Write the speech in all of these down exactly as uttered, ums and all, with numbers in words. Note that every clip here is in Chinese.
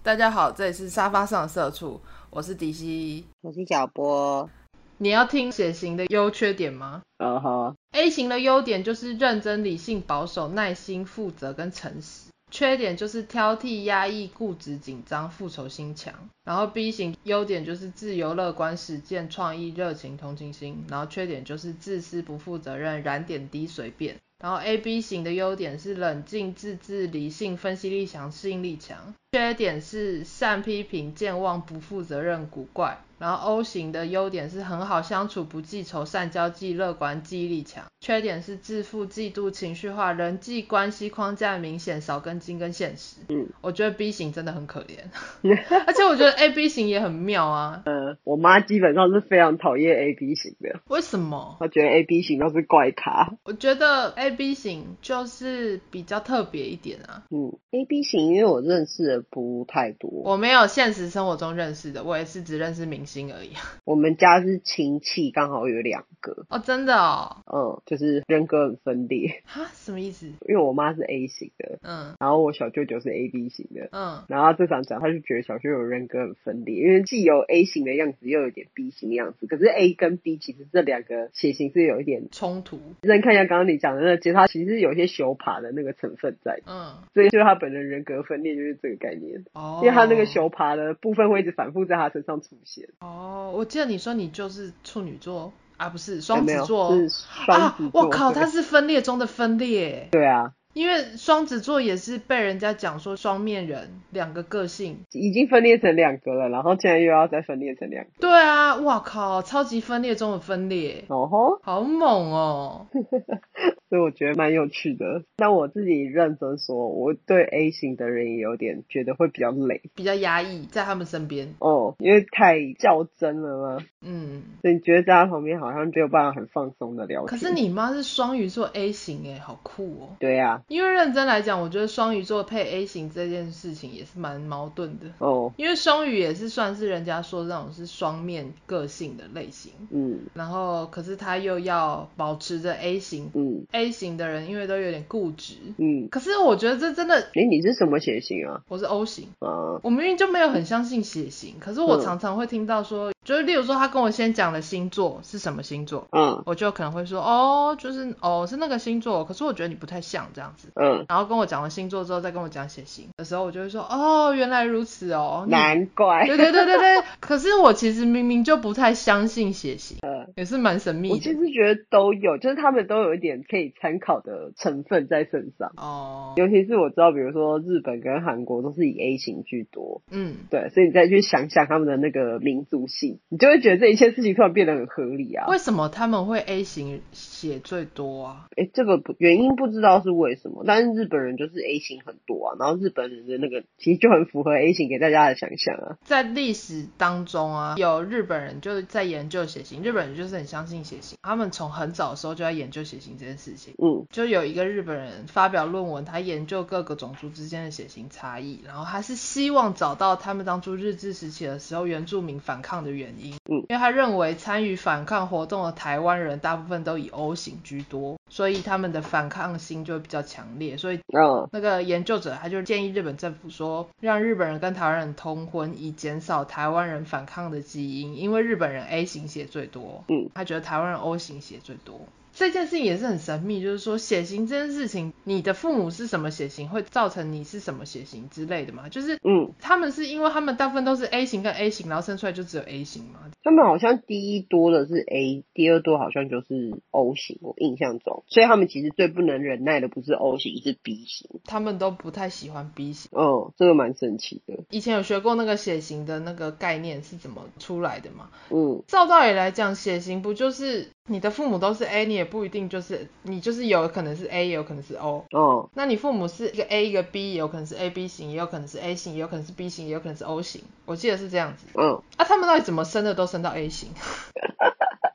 大家好，这里是沙发上的社畜，我是迪西， 我是小波。 你要听血型的优缺点吗？ 嗯哼。 A 型的优点就是认真、理性、保守、耐心、负责跟诚实，缺点就是挑剔、压抑、固执、紧张、复仇心强。然后 B 型优点就是自由、乐观、实践、创意、热情、同情心，然后缺点就是自私、不负责任、燃点低、随便。然后 A B 型的优点是冷静、自制、理性、分析力强、适应力强，缺点是善批评、健忘、不负责任、古怪。然后 O 型的优点是很好相处、不记仇、善交际、乐观、记忆力强，缺点是自负、嫉妒、情绪化、人际关系框架明显、少根筋跟现实。嗯，我觉得 B 型真的很可怜而且我觉得 A B 型也很妙啊。 呃，我妈基本上是非常讨厌 A B 型的。 为什么？ 她觉得 A B 型都是怪咖。 我觉得 A B 型就是比较特别一点啊。 嗯 A B 型因为我认识的不太多， 我没有现实生活中认识的，我也是只认识明星而已我们家是亲戚刚好有两个。 哦，真的哦。 嗯，就是人格很分裂。 哈，什么意思？ 因为我妈是 A 型的， 嗯， 然后我小舅舅是 A B 型的， 嗯， 然后他这场讲他就觉得小舅舅人格很分裂，因为既有 A 型的样子又有点 B 型的样子，可是 A 跟 B 其实这两个血型是有一点冲突。 再看一下刚刚你讲的那个，其实他其实有一些修爬的那个成分在， 嗯， 所以就是他本人人格分裂就是这个概念。 哦， 因为他那个修爬的部分会一直反复在他身上出现。 哦，我记得你说你就是处女座啊，不是哎双子座、 没有是双子啊！ 座。 我靠， 对他是分裂中的分裂。 对啊， 因为双子座也是被人家讲说双面人，两个个性。 已经分裂成两个了，然后现在又要再分裂成两个。 对啊，哇靠，超级分裂中的分裂。 哦吼， 好猛哦所以我觉得蛮有趣的。那我自己认真说，我对 A 型的人也有点觉得会比较累， 比较压抑在他们身边。 哦，因为太较真了嘛。 嗯， 所以你觉得在他旁边好像没有办法很放松的聊天。 可是你妈是双鱼座 A 型耶，好酷哦。 对啊， 因为认真来讲，我觉得双鱼座配 A 型这件事情也是蛮矛盾的。 哦， 因为双鱼也是算是人家说那种是双面个性的类型。 嗯， 然后可是他又要保持着 A 型。 嗯 A 型的人因为都有点固执。 嗯。 可是我觉得这真的， 诶，你是什么血型啊？ 我是 O 型。 啊， 我明明就没有很相信血型，可是我嗯常常会听到说，就是例如说他跟我先讲了星座是什么星座， 嗯我就可能会说哦，就是哦是那个星座，可是我觉得你不太像这样子。 嗯， 然后跟我讲完星座之后，再跟我讲血型的时候，我就会说哦，原来如此哦，你难怪。 对对对对对。可是我其实明明就不太相信血型， 呃， 也是蛮神秘我的。 其实觉得都有，就是他们都有一点可以参考的成分在身上。 哦， 尤其是我知道，比如说日本跟韩国都是以 A 型居多， 嗯， 对，所以你再去想想他们的那个民族性，你就会觉得这一切事情突然变得很合理啊。 为什么他们会 A 型血最多啊？ 诶，这个不原因不知道是为什么，但是日本人就是 A 型很多啊，然后日本人的那个其实就很符合 A 型给大家的想象啊。 在历史当中啊，有日本人就是在研究血型，日本人就是很相信血型，他们从很早的时候就在研究血型这件事情。 嗯， 就有一个日本人发表论文，他研究各个种族之间的血型差异，然后他是希望找到他们当初日治时期的时候原住民反抗的原因。嗯，因为他认为参与反抗活动的台湾人大部分都以 O 型居多，所以他们的反抗心就会比较强烈，所以嗯， 那个研究者他就建议日本政府说，让日本人跟台湾人通婚，以减少台湾人反抗的基因，因为日本人 A 型血最多， 嗯， 他觉得台湾人 O 型血最多。这件事情也是很神秘，就是说血型这件事情，你的父母是什么血型会造成你是什么血型之类的嘛？就是嗯， 他们是因为他们大部分都是 A 型跟 A 型，然后生出来就只有 A 型嘛？ 他们好像第一多的是 A， 第二多好像就是 O 型，我印象中，所以他们其实最不能忍耐的不是 O 型，是 B 型。 他们都不太喜欢 B 型。 哦，这个蛮神奇的。 以前有学过那个血型的那个概念是怎么出来的嘛？ 嗯， 照道理来讲，血型不就是你的父母都是 A， 你也不一定就是你就是有可能是 A， 也有可能是 O。 哦， 那你父母是一个 A 一个 B， 也有可能是 A B 型，也有可能是 A 型，也有可能是 B 型，也有可能是 O 型。我记得是这样子。 嗯， 啊，他们到底怎么生的都生到 A 型？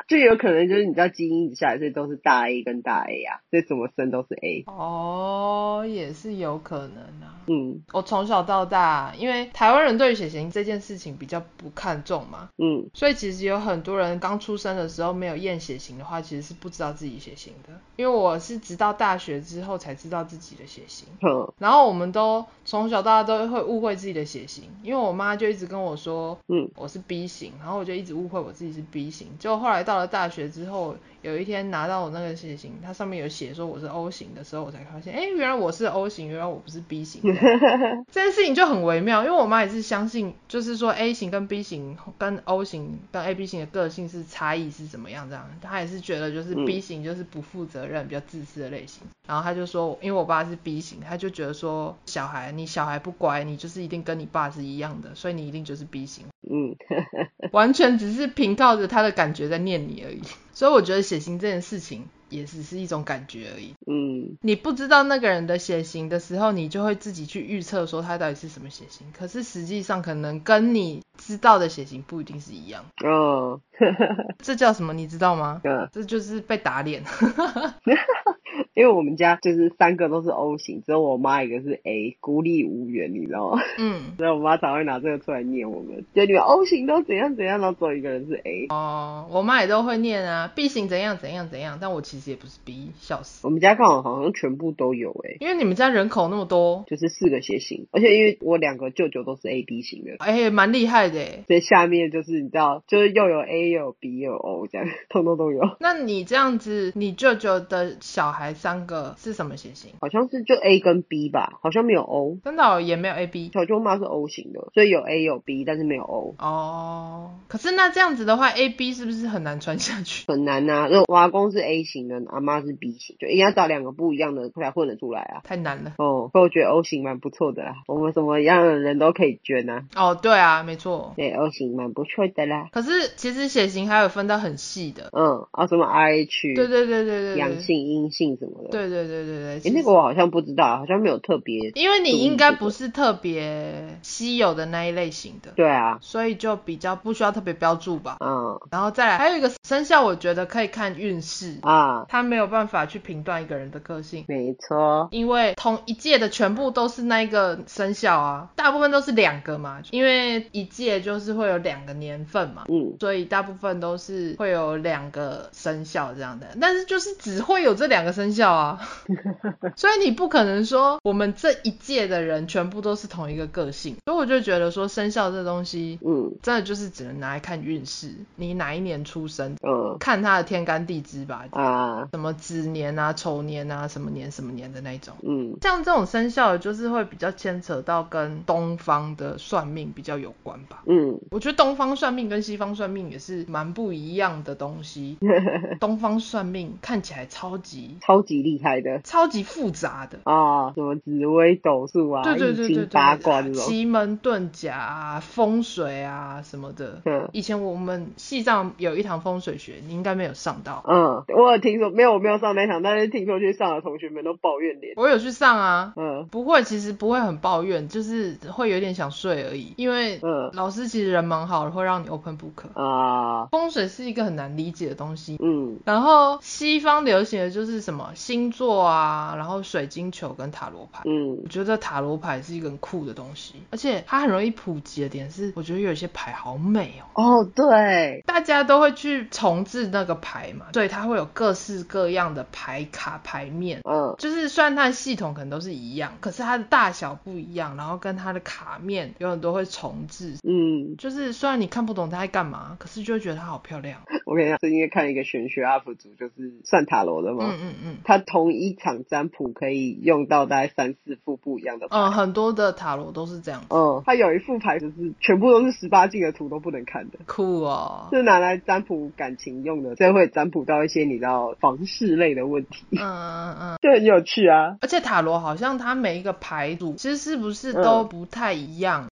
就有可能就是你知道基因下来，所以都是大 A 跟大 A 啊，所以怎么生都是 A。 哦，也是有可能啊。 嗯， 我从小到大，因为台湾人对于血型这件事情比较不看重嘛， 嗯， 所以其实有很多人刚出生的时候没有验血型的话，其实是不知道自己血型的。因为我是直到大学之后才知道自己的血型， 嗯， 然后我们都从小到大都会误会自己的血型，因为我妈就一直跟我说，嗯，我是 B 型，然后我就一直误会我自己是 B 型。结果后来到了大学之后，有一天拿到我那个血型，它上面有写说我是 O 型的时候，我才发现，哎，原来我是 O 型，原来我不是 B 型。这件事情就很微妙，因为我妈也是相信，就是说 A 型跟 B 型跟 O 型跟 A B 型的个性是差异是怎么样这样，她也是觉得就是 B 型就是不负责任、比较自私的类型。然后她就说，因为我爸是 B 型，她就觉得说小孩你小孩不乖，你就是一定跟你爸是一样的，所以你一定就是 B 型。嗯，完全只是凭靠着他的感觉在念你而已。所以我觉得血型这件事情也只是一种感觉而已。嗯，你不知道那个人的血型的时候，你就会自己去预测说他到底是什么血型，可是实际上可能跟你知道的血型不一定是一样。哦，这叫什么你知道吗？嗯，这就是被打脸。 因为我们家就是三个都是 O 型，只有我妈一个是 A， 孤立无援，你知道吗？嗯，所以我妈才会拿这个出来念我们，就你们 O 型都怎样怎样，然后只有一个人是 A。 哦，我妈也都会念啊 ，B 型怎样怎样怎样，但我其实也不是 B， 笑死。 我们家刚好好像全部都有诶、欸， 因为你们家人口那么多， 就是四个血型，而且因为我两个舅舅都是 A B 型的， 哎、欸，蛮厉害的诶。 所以下面就是你知道，就是又有 A 又有 B 又有 O 这样，通通都有。 那你这样子，你舅舅的小孩三个是什么血型？ 好像是就 A 跟 B 吧，好像没有 O。 真的、哦、也没有 A B。 小舅妈是 O 型的，所以有 A 有 B， 但是没有 O。 哦，可是那这样子的话 ，A B 是不是很难传下去？ 很难啊，因为我阿公是 A 型的，阿妈是 B 型，就一定要找两个不一样的才混得出来啊。 太难了。 哦，所以我觉得 O 型蛮不错的啦，我们什么样的人都可以捐啊。 哦，对啊，没错。 对 ，O 型蛮不错的啦。 可是其实血型还有分到很细的。 嗯，啊什么 R H。 对对对对对。 阳性、阴性什么的。 对对对对对。 诶，那个我好像不知道，好像没有特别。 因为你应该不是特别稀有的那一类型的。 对啊。 所以就比较不需要特别标注吧。嗯。然后再来还有一个生肖，我觉得可以看运势啊，他没有办法去评断一个人的个性。 没错。 因为同一届的全部都是那一个生肖啊，大部分都是两个嘛，因为一届就是会有两个年份嘛。嗯。所以大部分都是会有两个生肖这样的，但是就是只会有这两个生肖啊。所以你不可能说我们这一届的人全部都是同一个个性，所以我就觉得说生肖这东西，嗯，真的就是只能拿来看运势，你哪一年出生，嗯，看他的天干地支吧，啊，什么子年啊、丑年啊、什么年什么年的那种，嗯，像这种生肖就是会比较牵扯到跟东方的算命比较有关吧，嗯，我觉得东方算命跟西方算命也是蛮不一样的东西。东方算命看起来超级超级厉害的， 超级复杂的啊，什么紫微斗数啊， 对对对对对， 八卦这种奇门遁甲啊、风水啊什么的。嗯，以前我们系上有一堂风水学，你应该没有上到。 嗯，我有听说，没有我没有上那堂，但是听说去上的同学们都抱怨脸。 我有去上啊，嗯，不会，其实不会很抱怨，就是会有点想睡而已，因为嗯，老师其实人蛮好的，会让你 open book 啊。风水是一个很难理解的东西，嗯，然后西方流行的就是什么星座啊，然后水晶球跟塔罗牌，嗯，我觉得塔罗牌是一个很酷的东西，而且它很容易普及的点是，我觉得有一些牌好美哦。 哦，对， 大家都会去重置那个牌嘛，所以它会有各式各样的牌卡牌面，嗯，就是虽然它的系统可能都是一样，可是它的大小不一样，然后跟它的卡面有很多会重置，嗯，就是虽然你看不懂它在干嘛，可是就会觉得它好漂亮。 我跟你讲，是因为看一个玄学 U P 主，就是算塔罗的嘛，嗯嗯嗯，他同一场占卜可以用到大概三四副不一样的牌， 嗯，很多的塔罗都是这样子， 嗯，他有一副牌就是全部都是十八禁的图都不能看的， 酷哦， 是拿来占卜感情用的，所以会占卜到一些你知道房事类的问题，嗯嗯嗯，就很有趣啊。 而且塔罗好像它每一个牌组其实是不是都不太一样，嗯，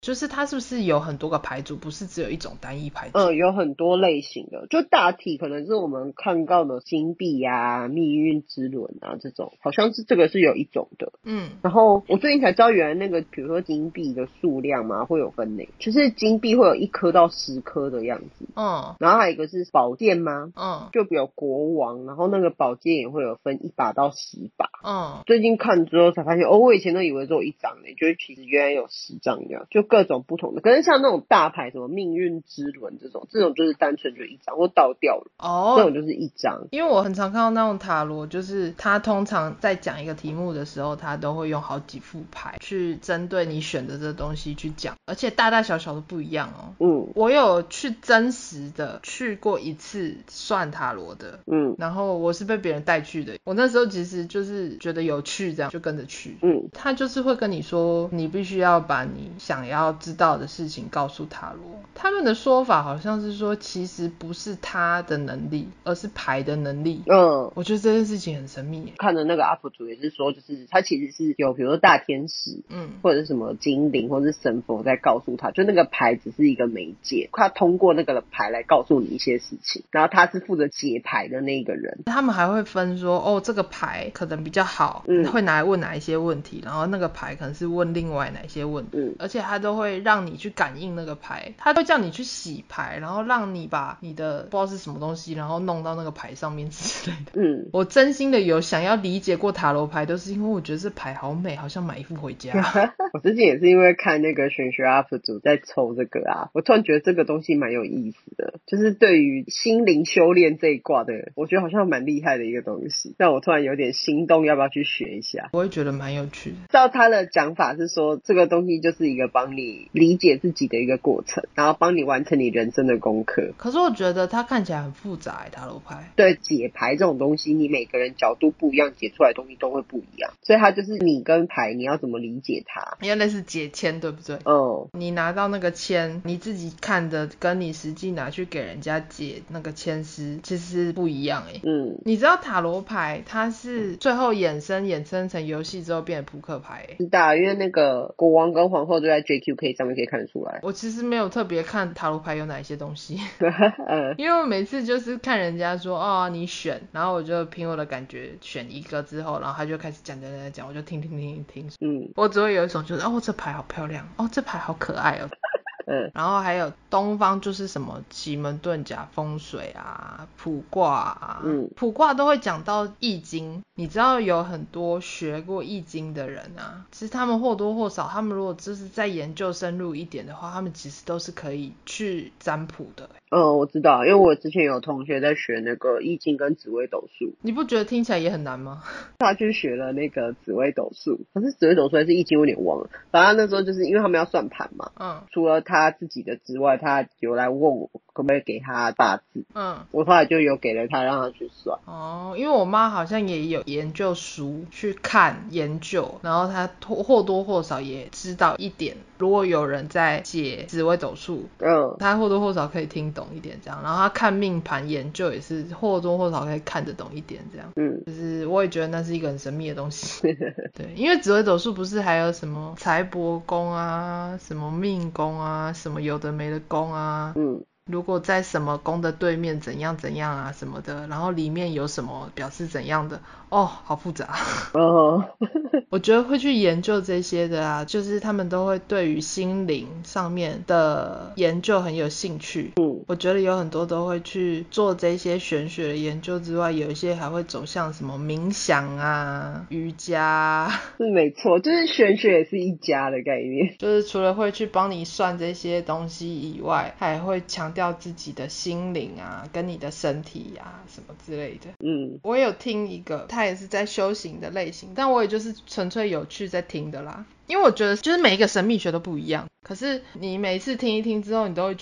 就是它是不是有很多个牌组，不是只有一种单一牌组？ 嗯，有很多类型的，就大体可能是我们看到的金币啊、命运之轮啊这种，好像是这个是有一种的。嗯，然后我最近才知道，原来那个比如说金币的数量嘛会有分类，就是金币会有一颗到十颗的样子。嗯，然后还有一个是宝剑吗？嗯，就比如国王，然后那个宝剑也会有分一把到十把。嗯，最近看之后才发现，哦，我以前都以为只有一张呢，就是其实原来有十张这样，就各种不同的。可是像那种大牌，什么命运之轮这种，这种就是单纯就一张，或倒掉了。哦，这种就是一张。 因为我很常看到那种塔罗，就是他通常在讲一个题目的时候，他都会用好几副牌去针对你选的这个东西去讲，而且大大小小都不一样哦。嗯，我有去真实的去过一次算塔罗的，嗯，然后我是被别人带去的。我那时候其实就是觉得有趣，这样就跟着去。嗯，他就是会跟你说，你必须要把你想要知道的事情告诉塔罗。他们的说法好像是说，其实不是他的能力，而是牌的能力。嗯，我觉得这件事情很神秘耶。 看的那个 U P 主也是说，就是他其实是有比如说大天使，嗯，或者是什么精灵或者是神佛在告诉他，就那个牌只是一个媒介，他通过那个牌来告诉你一些事情，然后他是负责解牌的那个人。 他们还会分说，哦，这个牌可能比较好，嗯，会拿来问哪一些问题，然后那个牌可能是问另外哪一些问题，嗯，而且他都会让你去感应那个牌，他会叫你去洗牌，然后让你把你的不知道是什么东西，然后弄到那个牌上面之类的。嗯，我真心的有想要理解过塔罗牌，都是因为我觉得这牌好美，好像买一副回家。 我之前也是因为看那个玄学 U P 主在抽这个啊，我突然觉得这个东西蛮有意思的，就是对于心灵修炼这一卦的，我觉得好像蛮厉害的一个东西，让我突然有点心动，要不要去学一下？ 我也觉得蛮有趣的。 照他的讲法是说，这个东西就是一个帮你理解自己的一个过程，然后帮你完成你人生的功课。 可是我觉得它看起来很复杂，塔罗牌。 对，解牌这种东西，你每个人角度不一样，解出来的东西都会不一样，所以它就是你跟牌你要怎么理解它。 因为那是解签，对不对？哦、嗯。你拿到那个签，你自己看的跟你实际拿去给人家解那个签师其实不一样耶。嗯。你知道塔罗牌它是最后衍生衍生成游戏之后变成扑克牌耶。 知道，因为那个国王跟皇后就在 J Q K 上面可以看得出来。 我其实没有特别看塔罗牌有哪一些东西。嗯。因为我每次就是看人家说哦你选，然后我就凭我的感觉选一个之后，然后他就开始讲讲讲讲，我就听听听听。嗯。我只会有一种就是哦这牌好漂亮，哦这牌好可爱哦。嗯，然后还有东方就是什么奇门遁甲、风水啊、卜卦啊，嗯，卜卦都会讲到易经。你知道有很多学过易经的人啊，其实他们或多或少，他们如果就是在研究深入一点的话，他们其实都是可以去占卜的。 嗯，我知道，因为我之前有同学在学那个易经跟紫微斗数。 你不觉得听起来也很难吗？ 他去学了那个紫微斗数，可是紫微斗数还是易经有点忘了。反正那时候就是因为他们要算盘嘛，嗯，除了他自己的之外，他有来问我可不可以给他八字，嗯，我后来就有给了他让他去算。 哦，因为我妈好像也有研究书去看研究，然后她或多或少也知道一点，如果有人在解紫微斗数，嗯，她或多或少可以听懂一点这样，然后她看命盘研究也是或多或少可以看得懂一点这样，嗯，就是我也觉得那是一个很神秘的东西。对，因为紫微斗数不是还有什么财帛宫啊，什么命宫啊，什么有的没的宫啊，嗯，如果在什么宫的对面怎样怎样啊什么的，然后里面有什么表示怎样的，哦，好复杂。哦，我觉得会去研究这些的啊，就是他们都会对于心灵上面的研究很有兴趣。嗯，我觉得有很多都会去做这些玄学的研究之外，有一些还会走向什么冥想啊、瑜伽。 是没错，就是玄学也是一家的概念。 就是除了会去帮你算这些东西以外，他也会强调自己的心灵啊，跟你的身体啊什么之类的。嗯，我有听一个，他也是在修行的类型，但我也就是纯粹有趣在听的啦。因为我觉得就是每一个神秘学都不一样，可是你每一次听一听之后，你都会觉得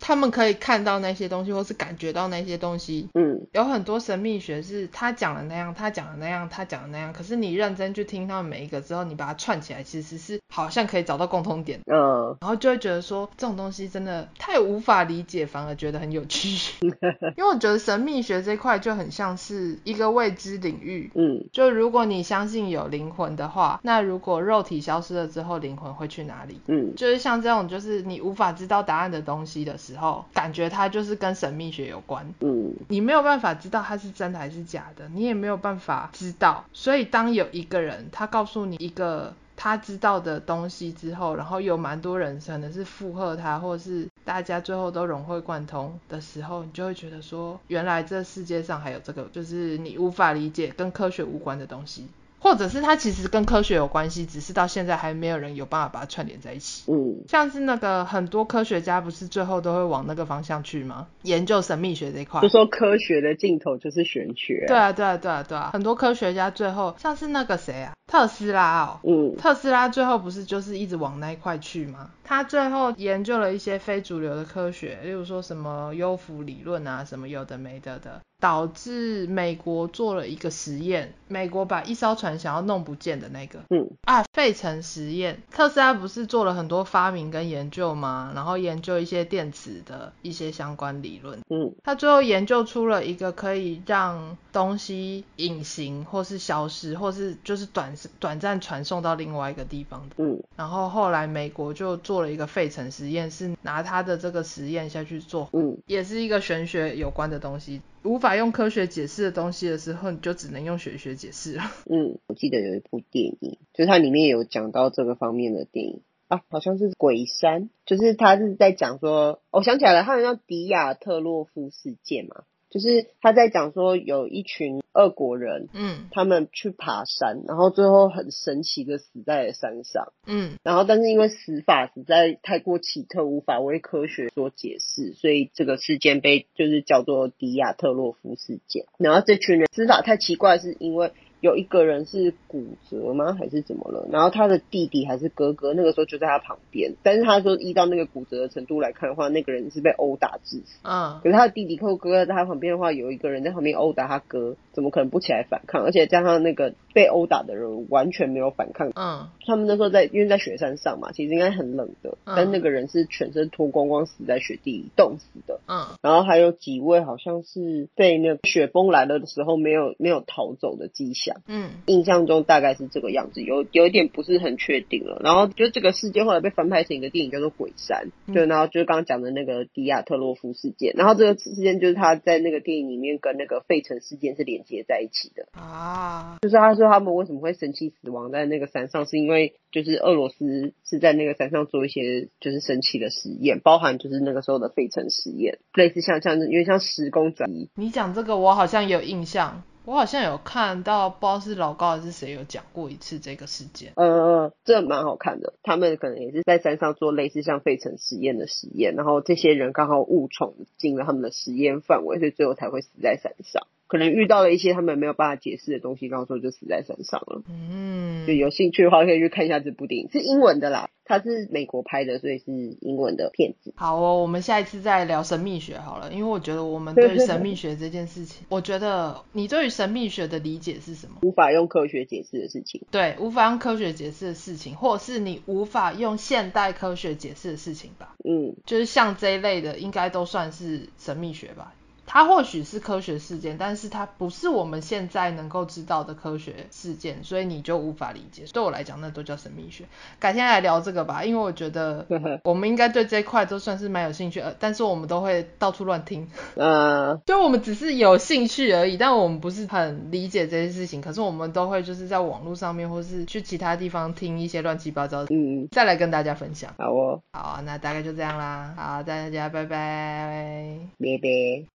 他们可以看到那些东西或是感觉到那些东西。嗯，有很多神秘学是他讲的那样他讲的那样他讲的那样，可是你认真去听他们每一个之后，你把它串起来其实是好像可以找到共同点。嗯，然后就会觉得说这种东西真的太无法理解，反而觉得很有趣。因为我觉得神秘学这块就很像是一个未知领域。嗯，就如果你相信有灵魂的话，那如果肉体消失了之后灵魂会去哪里？嗯，就是像这种就是你无法知道答案的东西的时候，感觉它就是跟神秘学有关。嗯，你没有办法知道它是真的还是假的，你也没有办法知道，所以当有一个人他告诉你一个他知道的东西之后，然后有蛮多人可能是附和他，或是大家最后都融会贯通的时候，你就会觉得说原来这世界上还有这个就是你无法理解跟科学无关的东西，或者是它其实跟科学有关系，只是到现在还没有人有办法把它串联在一起。嗯，像是那个很多科学家不是最后都会往那个方向去吗？研究神秘学这一块， 就说科学的尽头就是玄学。 对啊对啊对啊对啊，很多科学家最后像是那个谁啊，特斯拉哦，嗯，特斯拉最后不是就是一直往那一块去吗？他最后研究了一些非主流的科学，例如说什么幽浮理论啊，什么有的没的的，导致美国做了一个实验，美国把一艘船想要弄不见的那个，嗯啊，费城实验。特斯拉不是做了很多发明跟研究吗？然后研究一些电池的一些相关理论，嗯，他最后研究出了一个可以让东西隐形或是消失，或是就是短短暂传送到另外一个地方的，嗯，然后后来美国就做了一个费城实验，是拿他的这个实验下去做，嗯，也是一个玄学有关的东西。无法用科学解释的东西的时候，你就只能用玄学解释了。 嗯，我记得有一部电影，就是它里面有讲到这个方面的电影啊，好像是鬼山，就是他是在讲说，我想起来了，他好像迪亚特洛夫事件嘛，就是他在讲说有一群俄国人，嗯，他们去爬山，然后最后很神奇的死在了山上，嗯，然后但是因为死法实在太过奇特，无法为科学所解释，所以这个事件被就是叫做迪亚特洛夫事件。然后这群人死法太奇怪，是因为有一个人是骨折吗还是怎么了，然后他的弟弟还是哥哥那个时候就在他旁边，但是他说依照那个骨折的程度来看的话，那个人是被殴打致死，嗯，可是他的弟弟或哥哥在他旁边的话，有一个人在旁边殴打他哥，怎么可能不起来反抗？而且加上那个被殴打的人完全没有反抗，嗯，他们那时候在因为在雪山上嘛，其实应该很冷的，嗯，但那个人是全身脱光光死在雪地里冻死的，嗯，然后还有几位好像是被那个雪崩来了的时候没有没有逃走的迹象，嗯，印象中大概是这个样子，有有一点不是很确定了。然后就这个事件后来被翻拍成一个电影叫做《鬼山》，就然后就是刚刚讲的那个迪亚特洛夫事件，然后这个事件就是他在那个电影里面跟那个费城事件是连接在一起的啊，就是他说他们为什么会神奇死亡在那个山上，是因为就是俄罗斯是在那个山上做一些就是神奇的实验，包含就是那个时候的费城实验，类似像像因为像时空转移。 你讲这个我好像有印象，我好像有看到不知道是老高还是谁有讲过一次这个事件。 呃，这蛮好看的，他们可能也是在山上做类似像费城实验的实验，然后这些人刚好误闯进了他们的实验范围，所以最后才会死在山上，可能遇到了一些他们没有办法解释的东西，然后说就死在山上了。嗯，就有兴趣的话可以去看一下这部电影，是英文的啦，它是美国拍的，所以是英文的片子。 好哦，我们下一次再聊神秘学好了，因为我觉得我们对于神秘学这件事情我觉得你对于神秘学的理解是什么？ 无法用科学解释的事情。 对，无法用科学解释的事情，或是你无法用现代科学解释的事情吧。嗯，就是像这一类的应该都算是神秘学吧。它或许是科学事件，但是它不是我们现在能够知道的科学事件，所以你就无法理解。对我来讲那都叫神秘学。改天来聊这个吧，因为我觉得我们应该对这一块都算是蛮有兴趣，但是我们都会到处乱听。嗯，就我们只是有兴趣而已，但我们不是很理解这些事情，可是我们都会就是在网络上面或是去其他地方听一些乱七八糟的，嗯，再来跟大家分享。 好哦， 好，那大概就这样啦。好，大家拜拜， 拜拜。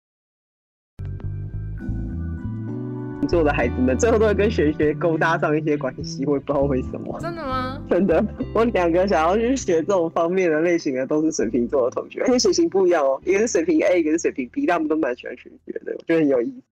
做的孩子们最后都会跟玄学勾搭上一些关系，我也不知道为什么。 真的吗？ 真的，我两个想要去学这种方面的类型的都是水瓶座的同学，而且血型不一样哦，一个是水瓶 A， 一个是水瓶 B， 他们都蛮喜欢玄学的，我觉得很有意思。